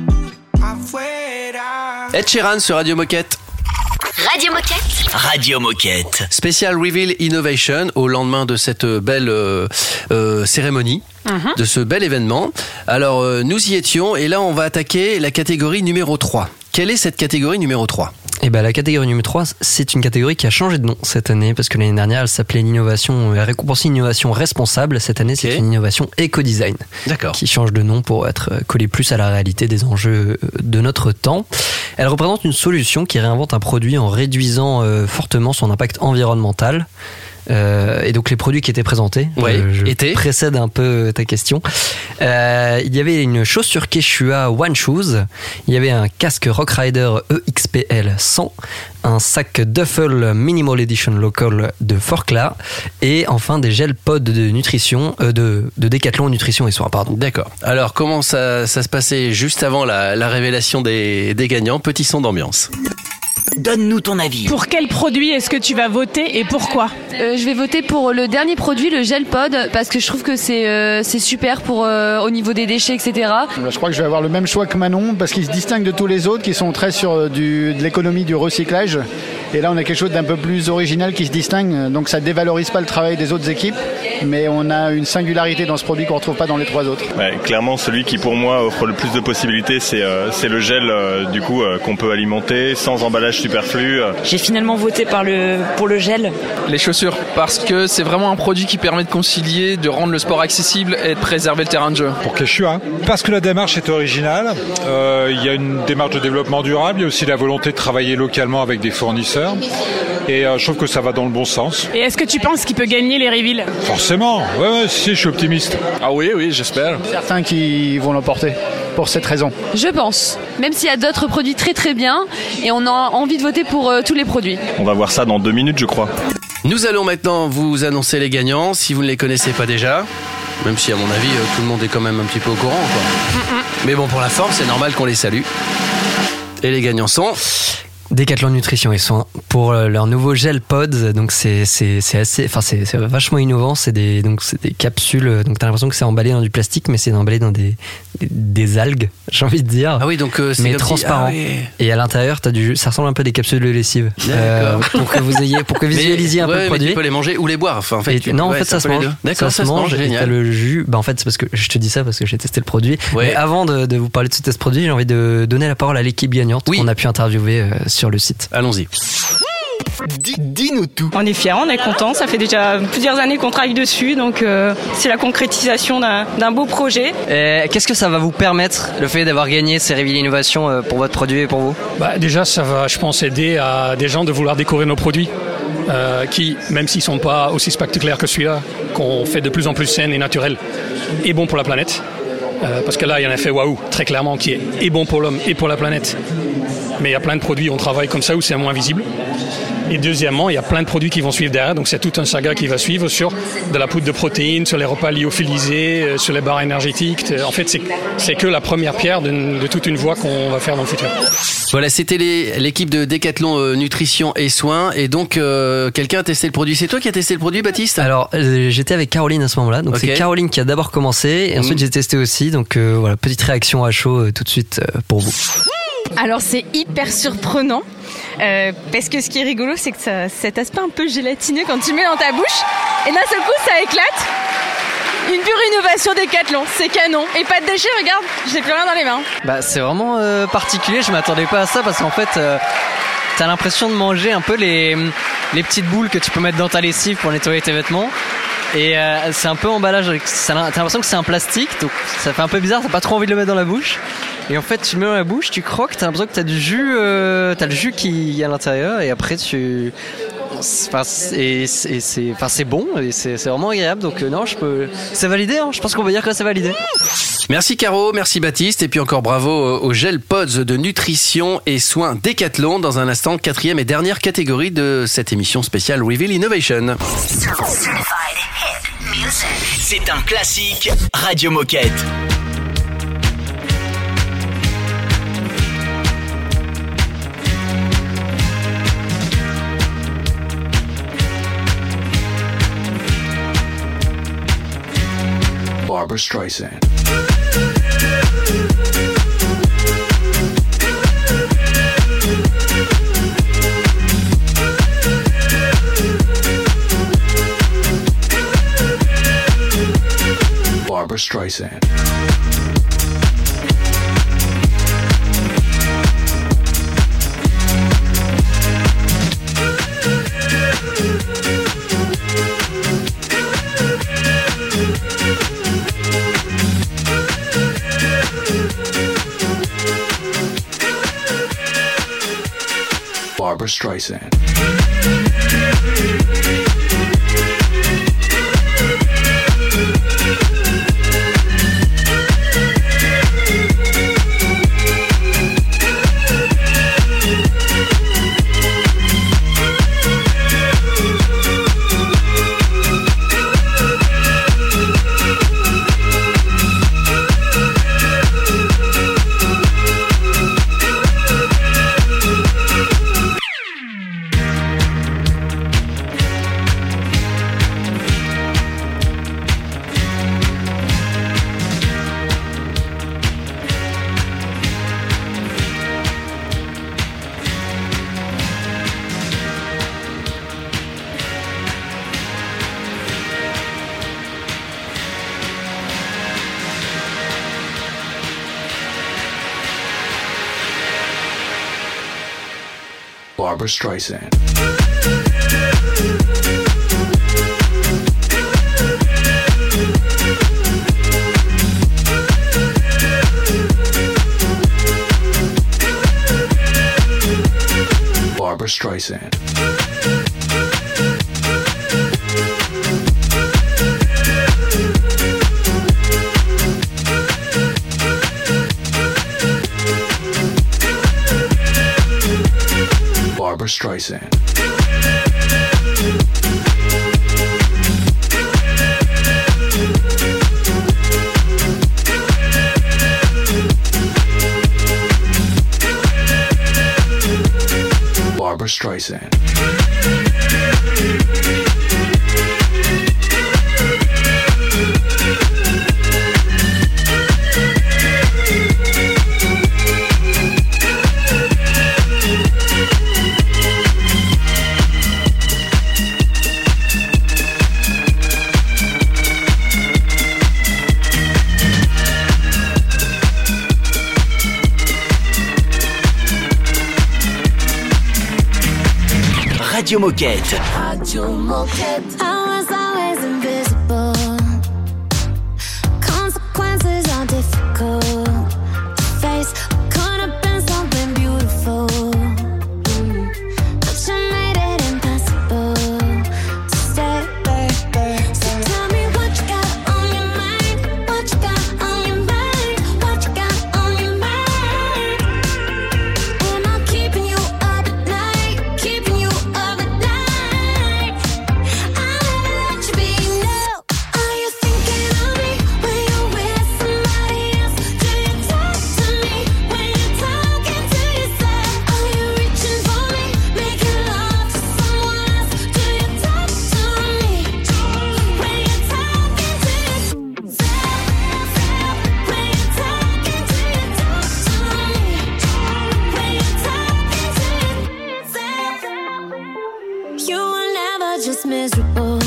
afuera. Ed Sheeran sur Radio Moquette. Radio Moquette. Radio Moquette. Spécial Reveal Innovation au lendemain de cette belle euh, euh, cérémonie, Mhm. de ce bel événement. Alors euh, nous y étions et là on va attaquer la catégorie numéro trois. Quelle est cette catégorie numéro trois ? Et ben la catégorie numéro trois, c'est une catégorie qui a changé de nom cette année parce que l'année dernière, elle s'appelait l'innovation, elle récompensait une innovation responsable. Cette année, c'est Ok. une innovation éco-design. D'accord. Qui change de nom pour être collée plus à la réalité des enjeux de notre temps. Elle représente une solution qui réinvente un produit en réduisant euh, fortement son impact environnemental. Euh, et donc les produits qui étaient présentés, Ouais, euh, je étaient précède un peu ta question. Euh, il y avait une chaussure Quechua One Shoes, il y avait un casque Rock Rider E X P L cent, un sac Duffel Minimal Edition Local de Forclaz et enfin des gels pods de nutrition, euh, de, de Décathlon Nutrition et Soins, pardon. D'accord. Alors comment ça, ça se passait juste avant la, la révélation des, des gagnants ? Petit son d'ambiance. Donne-nous ton avis. Pour quel produit est-ce que tu vas voter et pourquoi ? Euh, je vais voter pour le dernier produit, le gel pod, parce que je trouve que c'est euh, c'est super pour euh, au niveau des déchets, et cetera. Je crois que je vais avoir le même choix que Manon parce qu'il se distingue de tous les autres qui sont très sur du, de l'économie du recyclage. Et là, on a quelque chose d'un peu plus original qui se distingue. Donc, ça dévalorise pas le travail des autres équipes, mais on a une singularité dans ce produit qu'on retrouve pas dans les trois autres. Ouais, clairement, celui qui pour moi offre le plus de possibilités, c'est euh, c'est le gel euh, du coup euh, qu'on peut alimenter sans emballage superflu. J'ai finalement voté par le, pour le gel. Les chaussures, parce que c'est vraiment un produit qui permet de concilier, de rendre le sport accessible et de préserver le terrain de jeu. Pour Quechua, parce que la démarche est originale, euh, il y a une démarche de développement durable, il y a aussi la volonté de travailler localement avec des fournisseurs. Et euh, je trouve que ça va dans le bon sens. Et est-ce que tu penses qu'il peut gagner les reveals ? Forcément, ouais, ouais, si, je suis optimiste. Ah oui, oui, j'espère. Certains qui vont l'emporter pour cette raison. Je pense, même s'il y a d'autres produits très très bien, et on a envie de voter pour euh, tous les produits. On va voir ça dans deux minutes, je crois. Nous allons maintenant vous annoncer les gagnants, si vous ne les connaissez pas déjà. Même si à mon avis, tout le monde est quand même un petit peu au courant, quoi. Mais bon, pour la forme, c'est normal qu'on les salue. Et les gagnants sont... Décathlon Nutrition et Soins pour leur nouveau gel pods. Donc c'est c'est c'est assez, enfin c'est c'est vachement innovant. C'est des donc c'est des capsules. Donc t'as l'impression que c'est emballé dans du plastique, mais c'est emballé dans des des, des algues. J'ai envie de dire. Ah oui, donc euh, c'est mais comme transparent. Si... Ah oui. Et à l'intérieur, t'as du, ça ressemble un peu à des capsules de lessive. Euh, pour que vous ayez, pour que visualisiez un ouais, peu le produit. Mais tu peux les manger ou les boire. Enfin, en fait, Et, tu, non, en ouais, fait, ça se mange. D'accord, ça, ça se mange. Et génial. t'as le jus. Bah en fait, c'est parce que je te dis ça parce que j'ai testé le produit. Ouais. Mais avant de, de vous parler de ce test produit, j'ai envie de donner la parole à l'équipe gagnante qu'on a pu interviewer euh, sur le site. Allons-y. Dis-nous tout. On est fiers, on est contents. Ça fait déjà plusieurs années qu'on travaille dessus, donc euh, c'est la concrétisation d'un, d'un beau projet. Et qu'est-ce que ça va vous permettre, le fait d'avoir gagné ces Reveal Innovation pour votre produit et pour vous ? Bah, déjà, ça va, je pense, aider à des gens de vouloir découvrir nos produits, euh, qui, même s'ils ne sont pas aussi spectaculaires que celui-là, qu'on fait de plus en plus sains et naturels, et bon pour la planète. Euh, parce que là, il y a un effet waouh, très clairement, qui est et bon pour l'homme et pour la planète. mais il y a plein de produits, on travaille comme ça où c'est moins visible. Et deuxièmement, il y a plein de produits qui vont suivre derrière, donc c'est tout un saga qui va suivre sur de la poudre de protéines, sur les repas lyophilisés, sur les barres énergétiques. En fait, c'est, c'est que la première pierre de, de toute une voie qu'on va faire dans le futur. Voilà, c'était les, l'équipe de Decathlon euh, Nutrition et Soins. Et donc, euh, quelqu'un a testé le produit. C'est toi qui as testé le produit, Baptiste ? Alors, euh, j'étais avec Caroline à ce moment-là. Donc, okay. C'est Caroline qui a d'abord commencé. Et ensuite, mmh. j'ai testé aussi. Donc, euh, voilà, petite réaction à chaud euh, tout de suite euh, pour vous. Alors, c'est hyper surprenant. Euh, parce que ce qui est rigolo, c'est que ça, cet aspect un peu gélatineux quand tu le mets dans ta bouche, et d'un seul coup, ça éclate. Une pure innovation Decathlon, c'est canon. Et pas de déchets, regarde, j'ai plus rien dans les mains. Bah, c'est vraiment euh, particulier, je m'attendais pas à ça parce qu'en fait, euh, t'as l'impression de manger un peu les, les petites boules que tu peux mettre dans ta lessive pour nettoyer tes vêtements. Et euh, c'est un peu emballage, ça, t'as l'impression que c'est un plastique, donc ça fait un peu bizarre, t'as pas trop envie de le mettre dans la bouche. Et en fait, tu le mets dans la bouche, tu croques, t'as l'impression que t'as du jus, euh, t'as le jus qui est à l'intérieur, et après tu, enfin, c'est, c'est, c'est, enfin, c'est bon, et c'est, c'est vraiment agréable. Donc euh, non, je peux, c'est validé. Hein, je pense qu'on va dire que c'est validé. Merci Caro, merci Baptiste, et puis encore bravo au Gel Pods de Nutrition et Soins Decathlon. Dans un instant, quatrième et dernière catégorie de cette émission spéciale Reveal Innovation. C'est un classique Radio Moquette. Barbra Streisand. Barbra Streisand. Barbra Streisand. Barbra Streisand. Barbra Streisand. Barbra Streisand. Barbra Streisand. Radio Moquette. Radio Moquette. I was always invisible. Consequences are difficult to face. Could have been something beautiful, but you made it impossible to stay. So tell me what you got on your mind. What you got on your mind. What you got on your mind. And I'll keep You were never just miserable.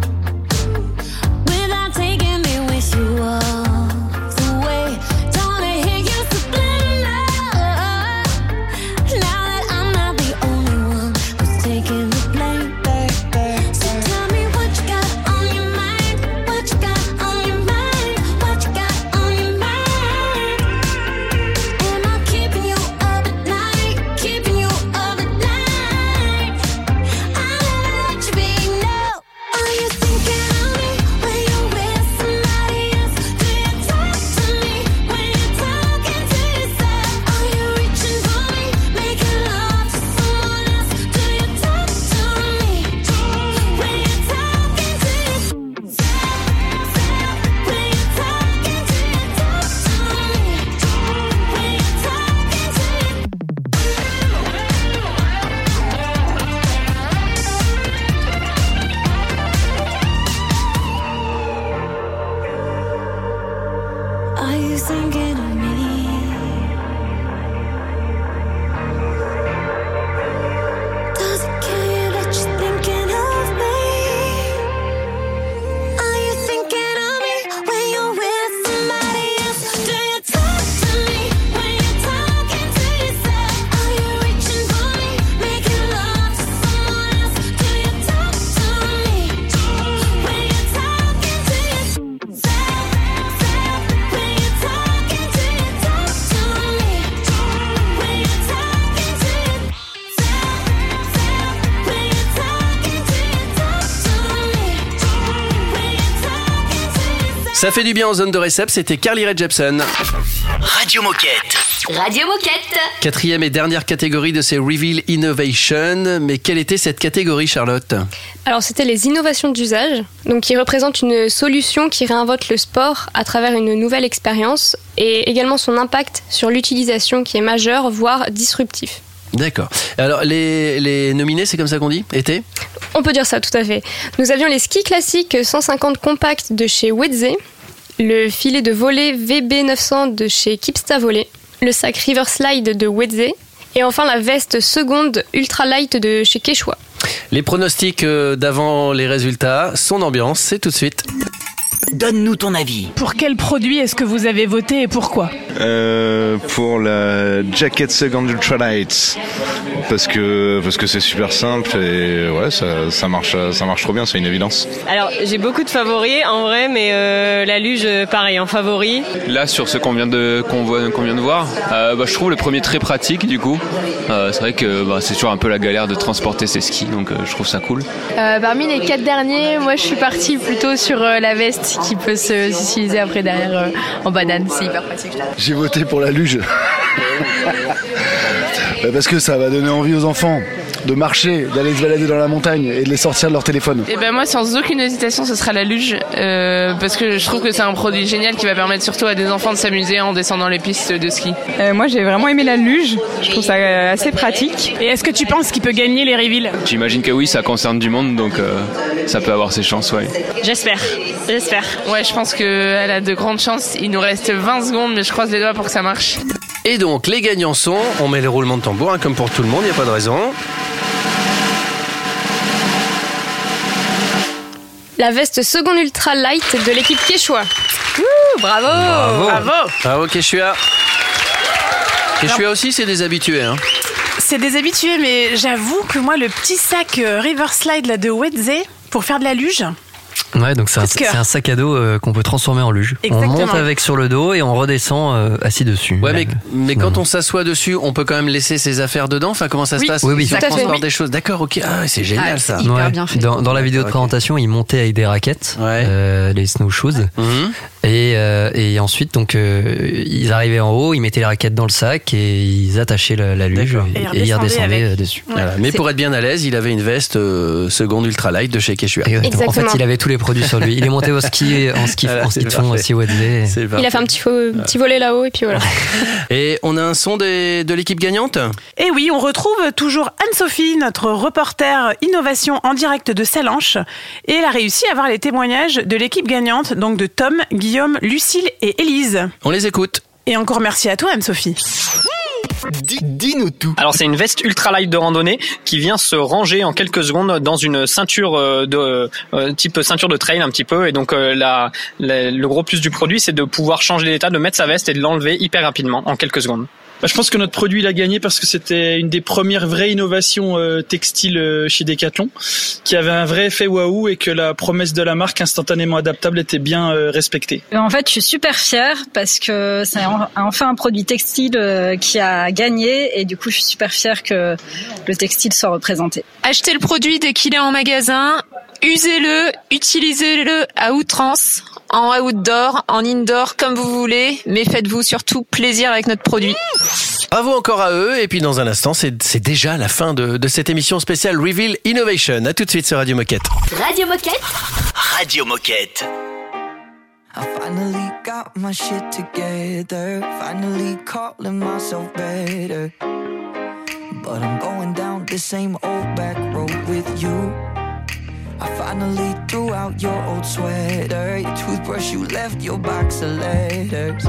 Without taking me with you all the way. Don't let hear you subliminal. Now that I'm not the only one who's taking the blame. So tell me what you got on your mind. What you got on your mind. What you got on your mind. Am I keeping you up at night? Keeping you up at night. I never let you be, no. Are you thinking of me when you're with somebody else? Do you talk to me when you're talking to yourself? Are you reaching for me, making love to someone else? Do you talk to me when you're talking to yourself? When you're talking to you, talk to me. When you're talking to you, are you thinking of me? Does it kill you that you're thinking of me? Are you thinking of me when you're with somebody else? Do you talk to me when you're talking to yourself? Are you reaching for me, making love to someone else? Do you talk to me when you're talking to yourself? When you're talking to you, talk to me. When you're talking to you, Ça fait du bien en zone de récep, c'était Carly Rae Jepsen. Radio Moquette. Radio Moquette. Quatrième et dernière catégorie de ces Reveal Innovation. Mais quelle était cette catégorie, Charlotte? Alors, c'était les innovations d'usage, donc qui représentent une solution qui réinvente le sport à travers une nouvelle expérience et également son impact sur l'utilisation qui est majeur, voire disruptif. D'accord. Alors, les, les nominés, c'est comme ça qu'on dit? Été? On peut dire ça, tout à fait. Nous avions les skis classiques cent cinquante compacts de chez Wedze, le filet de volley V B neuf cents de chez Kipsta Volley, le sac River Slide de Wedze et enfin la veste seconde Ultra Light de chez Quechua. Les pronostics euh, d'avant les résultats, son ambiance, c'est tout de suite. Donne-nous ton avis. Pour quel produit est-ce que vous avez voté et pourquoi? Euh, pour la Jacket Second Ultralight parce que parce que c'est super simple et ouais ça, ça marche ça marche trop bien, c'est une évidence. Alors j'ai beaucoup de favoris en vrai, mais euh, la luge pareil en favori. Là sur ce qu'on vient de qu'on voit qu'on vient de voir, euh, bah, je trouve le premier très pratique du coup. Euh, c'est vrai que bah, c'est toujours un peu la galère de transporter ses skis, donc euh, je trouve ça cool. Euh, parmi les quatre derniers, moi je suis partie plutôt sur euh, la veste qui peut se, s'utiliser après derrière euh, en banane, c'est hyper pratique. J'ai voté pour la luge. Parce que ça va donner envie aux enfants de marcher, d'aller se balader dans la montagne et de les sortir de leur téléphone. Et ben moi sans aucune hésitation ce sera la luge euh, parce que je trouve que c'est un produit génial qui va permettre surtout à des enfants de s'amuser en descendant les pistes de ski. Euh, moi j'ai vraiment aimé la luge, je trouve ça assez pratique. Et est-ce que tu penses qu'il peut gagner les reveals? J'imagine que oui, ça concerne du monde, donc euh, ça peut avoir ses chances, ouais. J'espère, j'espère. Ouais, je pense qu'elle a de grandes chances. Il nous reste vingt secondes, mais je croise les doigts pour que ça marche. Et donc, les gagnants sont, on met les roulements de tambour, hein, comme pour tout le monde, il n'y a pas de raison. La veste seconde Ultra Light de l'équipe Quechua. Ouh, bravo, Bravo, bravo, bravo Quechua. Quechua aussi, c'est des habitués, hein. C'est des habitués, mais j'avoue que moi, le petit sac euh, River Slide là, de Wedze pour faire de la luge. Ouais, donc c'est un, c'est un sac à dos euh, qu'on peut transformer en luge. Exactement. On monte avec sur le dos et on redescend euh, assis dessus. Ouais, mais, mais quand on s'assoit dessus, on peut quand même laisser ses affaires dedans. Enfin, comment ça oui. se passe? Oui, oui. Ça Tout à fait, transporte oui. des choses. D'accord, ok. Ah, c'est génial ah, ça. C'est hyper Ouais. bien fait. Dans, dans la vidéo de présentation, ils montaient avec des raquettes, ouais. euh, les snowshoes, mmh. et, euh, et ensuite donc euh, ils arrivaient en haut, ils mettaient les raquettes dans le sac et ils attachaient la, la luge et, et, et ils redescendaient avec. dessus. Ouais. Voilà. Mais pour être bien à l'aise, il avait une veste euh, seconde Ultra Light de chez Quechua. En fait, il avait tous les produits sur lui. Il est monté au ski, en ski, voilà, en ski de fond aussi, Wedze. Il a fait un petit, faux, petit volet là-haut et puis voilà. Et on a un son des, de l'équipe gagnante? Et oui, on retrouve toujours Anne-Sophie, notre reporter innovation en direct de Salanches. Et elle a réussi à avoir les témoignages de l'équipe gagnante, donc de Tom, Guillaume, Lucille et Élise. On les écoute. Et encore merci à toi, Anne-Sophie. Dis-nous tout. Alors c'est une veste ultra light de randonnée qui vient se ranger en quelques secondes dans une ceinture de euh, type ceinture de trail un petit peu, et donc euh, la, la, le gros plus du produit c'est de pouvoir changer d'état, de mettre sa veste et de l'enlever hyper rapidement en quelques secondes. Bah, je pense que notre produit l'a gagné parce que c'était une des premières vraies innovations euh, textiles euh, chez Decathlon, qui avait un vrai effet waouh et que la promesse de la marque instantanément adaptable était bien euh, respectée. En fait, je suis super fière parce que c'est enfin un produit textile euh, qui a gagné, et du coup, je suis super fière que le textile soit représenté. Achetez le produit dès qu'il est en magasin, usez-le, utilisez-le à outrance, en outdoor, en indoor, comme vous voulez, mais faites-vous surtout plaisir avec notre produit. Bravo encore à eux, et puis dans un instant, c'est, c'est déjà la fin de, de cette émission spéciale Reveal Innovation. À tout de suite sur Radio Moquette. Radio Moquette. Radio Moquette. I finally got my shit together, finally calling myself better, but I'm going down the same old back road with you. I finally threw out your old sweater, your toothbrush, you left your box of letters.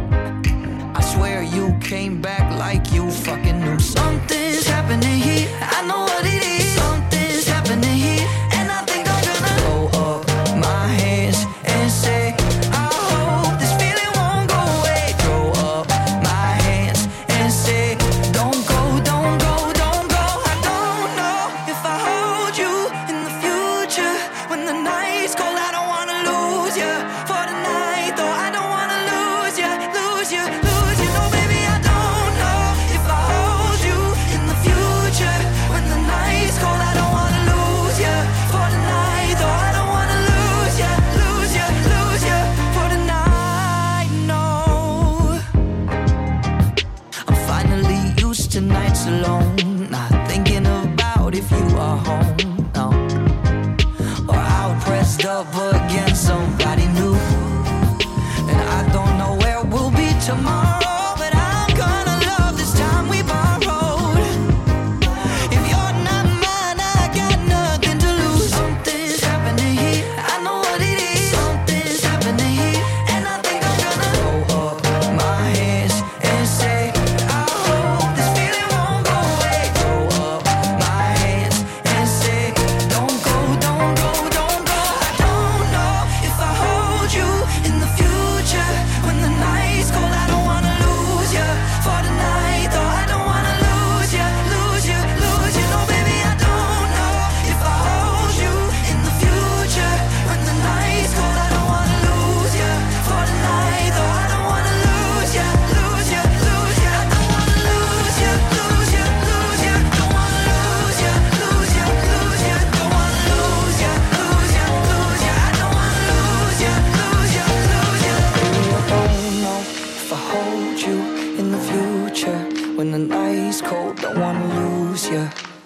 I swear you came back like you fucking knew. Something's happening here, I know what it is. Something's happening here, and I think I'm gonna throw up my hands and say I hope this feeling won't go away. Throw up my hands and say don't go, don't go, don't go. I don't know if I hold you in the future when the night's cold. I don't wanna lose you for the night, though. I don't wanna lose you, lose you, lose you. No, baby, I don't know if I hold you in the future when the night's cold. I don't wanna lose you for the night, though. I don't wanna lose you, lose you, lose you for the night. No, I'm finally used to nights alone, not thinking about if you are home, no, or out pressed up against somebody new. And I don't know where we'll be tomorrow, but I'm gonna love this time we borrowed. If you're not mine, I got nothing to lose. Something's happening here, I know what it is. Something's happening here, and I think I'm gonna throw up my hands and say I hope this feeling won't go away. Throw up my hands and say don't go, don't go, don't go. I don't know if I hold you in the future when the night's cold. I don't wanna lose you for the night, though. I don't wanna lose you, lose you, lose you. No, baby, I don't know if I hold you in the future when the night's cold. I don't wanna lose you for the night, though. I don't wanna lose you, lose you, lose you. I don't wanna lose you, lose you, lose you. Don't wanna lose you, lose you, lose you. Don't wanna lose you, lose you, lose you. I don't wanna lose you, lose you, lose you. I don't know if I hold you in the future when the night's cold. Don't wanna lose you.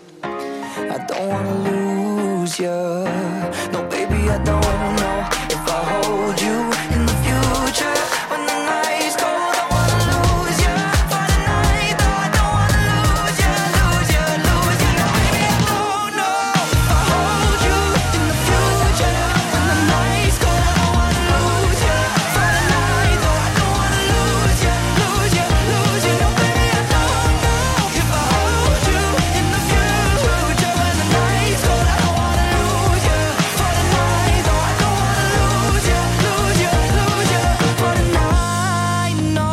I don't wanna lose you. No, baby, I don't know if I hold you in the future when the night's cold. Don't wanna lose you for the night, though. I don't wanna lose you, lose you, lose you. No, baby, I don't know if I hold you in the future when the night's cold. I don't wanna lose you for the night, though. I don't wanna lose you, lose you, lose you. No, baby, I don't know if I hold you in the future when the night's cold. I don't wanna lose you for the night, though. I don't wanna lose you, lose you, lose you for the night. No.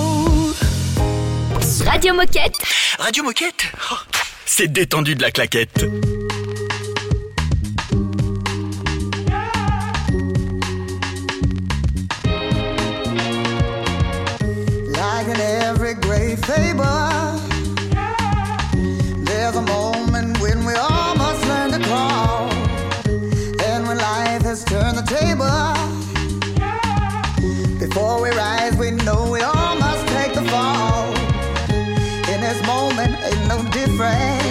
Radio Moquette. Radio Moquette, oh, c'est détendu de la claquette. Like in every great fable, there's a moment when we all must learn to crawl. And when life has turned the table, before we rise, we know we all must take the fall. In this moment, ain't no different.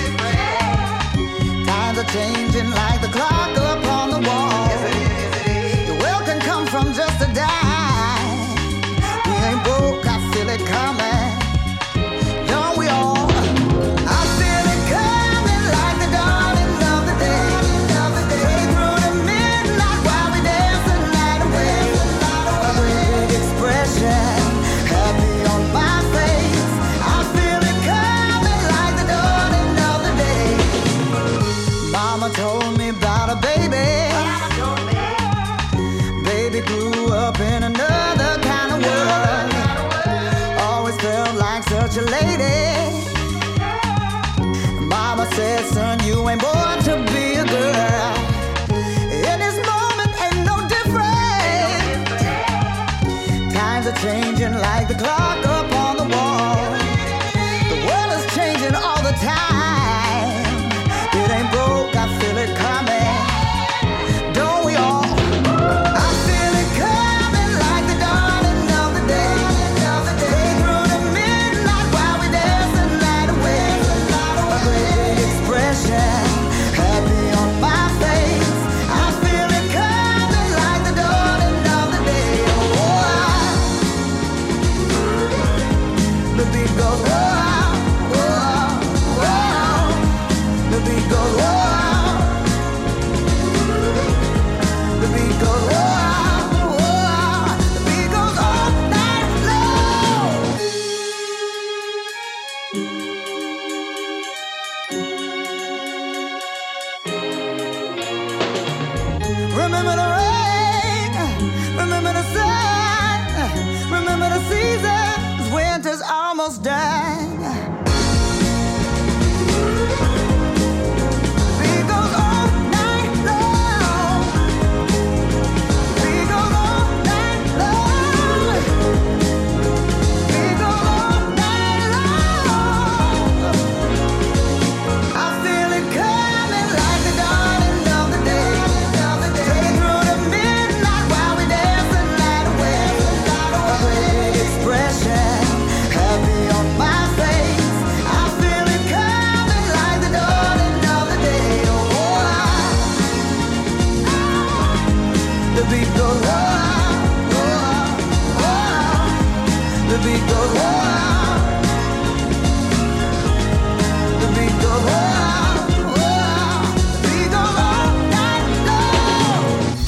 Times are changing like the clock upon the wall. Your will can come from just a dime. We ain't broke, I feel it coming. Don't we all? I feel it coming like the dawning of the day. Straight through the midnight while we dance the night away. A big expression, happy on my face. I Mama told me about a baby. Baby grew up in another kind of world. Always felt like such a lady. Mama said, son, you ain't born to be a girl. In this moment ain't no different. Times are changing like the clock up on the wall. The world is changing all the time. It ain't broke, I feel it coming. Don't we all? I feel it coming like the dawning of the day. Day through the midnight while we dance the night away. A great expression, happy on my face. I feel it coming like the dawning of the day. Oh, the beat goes oh, oh, oh. The beat goes oh. The beat goes oh, oh. The beat goes all night long. Remember the rain, remember the sun, remember the seasons, winter's almost done. Beat goes all night long. Beat goes all night long. Beat goes all night long. I feel it coming like the dawning of the day. Day through the midnight while we dance the night away. A great expression, happy on my face. I feel it coming like the dawning of the day. Oh, the beat goes oh, oh, oh. The beat goes oh. The beat goes oh, oh. The beat goes all night long.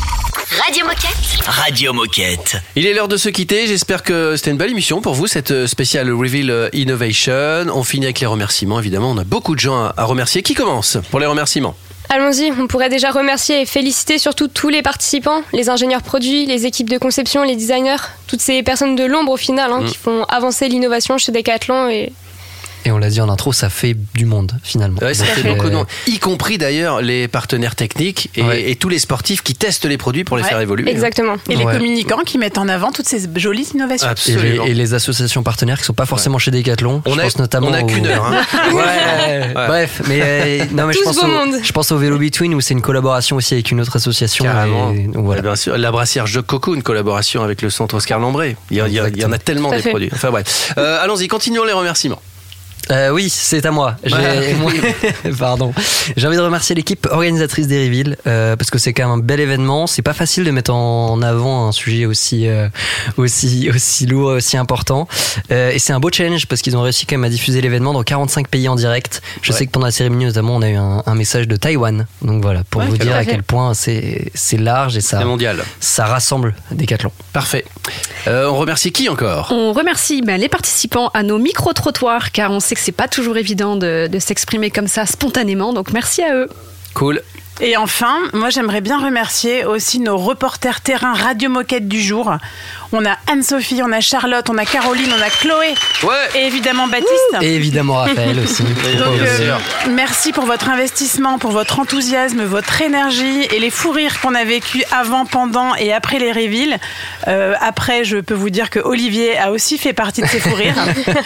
Radio Moquette. Radio Moquette. Il est l'heure de se quitter. J'espère que c'était une belle émission pour vous, cette spéciale Reveal Innovation. On finit avec les remerciements, évidemment. On a beaucoup de gens à remercier. Qui commence pour les remerciements? Allons-y, on pourrait déjà remercier et féliciter surtout tous les participants, les ingénieurs produits, les équipes de conception, les designers, toutes ces personnes de l'ombre au final hein, Mm. qui font avancer l'innovation chez Decathlon et Et on l'a dit en intro, ça fait du monde finalement. Ouais, ça Donc, fait euh, beaucoup de monde, y compris d'ailleurs les partenaires techniques et, Ouais. et tous les sportifs qui testent les produits pour les Ouais. faire évoluer. exactement. Et les Ouais. communicants qui mettent en avant toutes ces jolies innovations. Et les, Absolument. et les associations partenaires qui sont pas forcément chez Decathlon. On je a- pense notamment on a au- qu'une heure, hein. ouais. Bref, mais euh, non mais je Tous pense beau au, monde. je pense au Vélo Between où c'est une collaboration aussi avec une autre association. Carrément. Et, donc, Ouais, voilà. bien sûr. La brassière Jeux Coco, une collaboration avec le centre Oscar Lambré. Il y, a- il y a- il y en a tellement Tout à des fait. produits. Enfin bref. Euh, allons-y, continuons les remerciements. Euh, oui, c'est à moi. J'ai, Ouais. moi- Pardon. J'ai envie de remercier l'équipe organisatrice des Reveal euh, parce que c'est quand même un bel événement. C'est pas facile de mettre en avant un sujet aussi euh, aussi aussi lourd, aussi important. Euh, et c'est un beau challenge parce qu'ils ont réussi quand même à diffuser l'événement dans quarante-cinq pays en direct. Je Ouais. sais que pendant la cérémonie notamment, on a eu un, un message de Taïwan. Donc voilà, pour Ouais, vous dire carrément. à quel point c'est c'est large et ça C'est mondial. ça rassemble Decathlon. Parfait. Euh, on remercie qui encore? On remercie ben, les participants à nos micro-trottoirs car on sait que c'est pas toujours évident de, de s'exprimer comme ça spontanément, donc merci à eux. Cool. Et enfin, moi j'aimerais bien remercier aussi nos reporters terrain Radio Moquette du jour. On a Anne-Sophie, on a Charlotte, on a Caroline, on a Chloé Ouais. et évidemment Baptiste. Et évidemment Raphaël aussi. Donc, Bien euh, sûr. merci pour votre investissement, pour votre enthousiasme, votre énergie et les fous rires qu'on a vécu avant, pendant et après les reveals. Euh, après, je peux vous dire que Olivier a aussi fait partie de ces fous rires.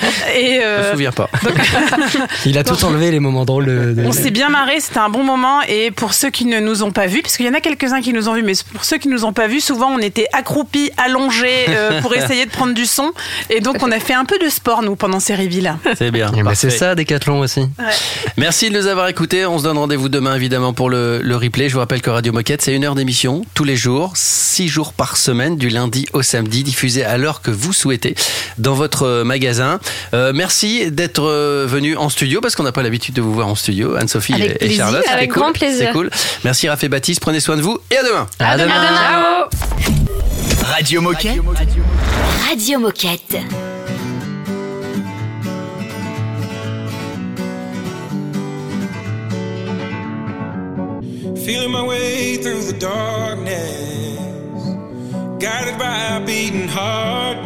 Et Je me euh, souviens pas. Il a tout enlevé les moments drôles. De, de- on s'est bien marré, c'était un bon moment. Et pour ceux qui ne nous ont pas vus, parce qu'il y en a quelques-uns qui nous ont vus, mais pour ceux qui nous ont pas vus, souvent on était accroupis, allongés euh, pour essayer de prendre du son. Et donc on a fait un peu de sport nous pendant ces reveals. C'est bien. Eh ben, c'est Parfait. ça Decathlon aussi. Ouais. Merci de nous avoir écoutés. On se donne rendez-vous demain, évidemment, pour le, le replay. Je vous rappelle que Radio Moquette, c'est une heure d'émission tous les jours, six jours par semaine, du lundi au samedi, diffusée à l'heure que vous souhaitez dans votre magasin. Euh, merci d'être venu en studio, parce qu'on n'a pas l'habitude de vous voir en studio, Anne-Sophie Avec et plaisir. Charlotte. C'était Avec cool. grand plaisir. C'est cool. Merci Raph et Baptiste. Prenez soin de vous et à demain. À demain. Ciao. Radio Moquette. Radio Moquette. feeling my way through the darkness, guided by a beating heart.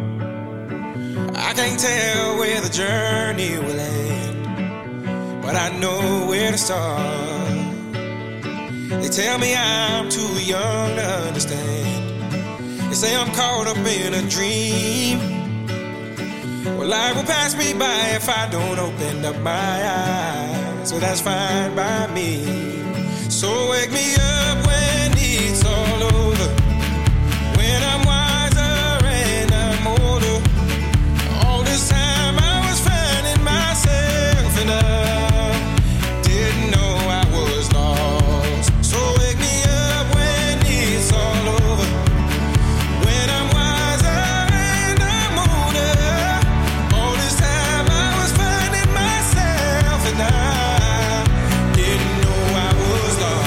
I can't tell where the journey will end, but I know where to start. They tell me I'm too young to understand. They say I'm caught up in a dream. Well, life will pass me by if I don't open up my eyes. So that's fine by me. So wake me up when it's all over, when I'm wiser and I'm older. All this time I was finding myself and I didn't know I was lost. So wake me up when it's all over, when I'm wiser and I'm older. All this time I was finding myself and I didn't know I was lost.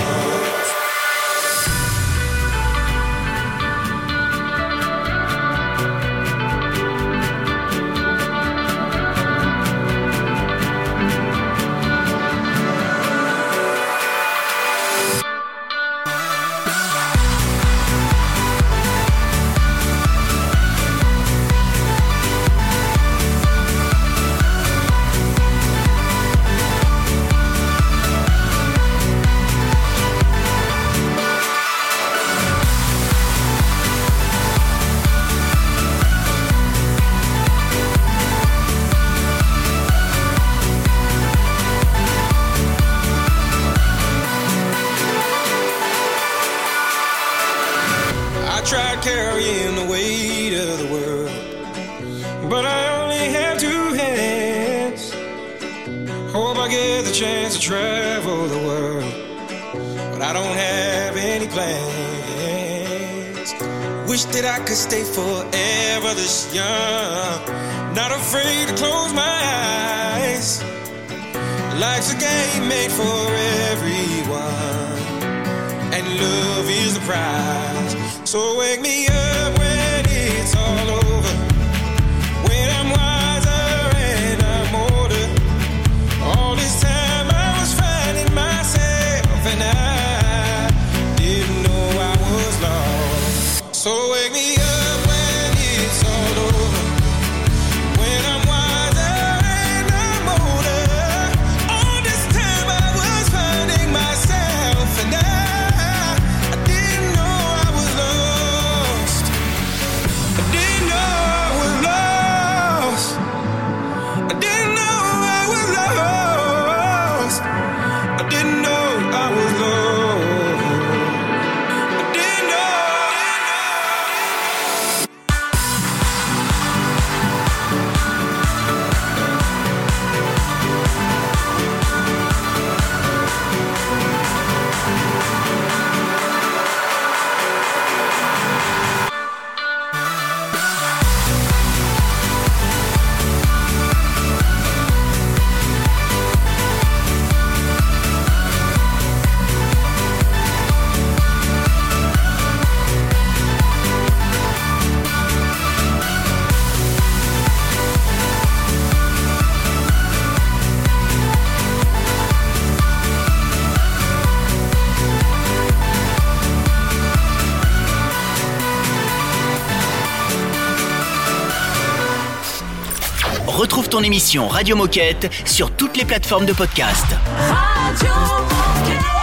I tried carrying the weight of the world, but I only have two hands. Hope I get the chance to travel the world, but I don't have any plans. Wish that I could stay forever this young, not afraid to close my eyes. Life's a game made for everyone, and love is the prize. So wake me up when it's all over, when I'm wiser and I'm older. All this time I was finding myself and I didn't know I was lost. So wake me up when it's all over, when I'm wiser and I'm older. All this time I was finding myself and I Retrouve ton émission Radio Moquette sur toutes les plateformes de podcast. Radio Moquette.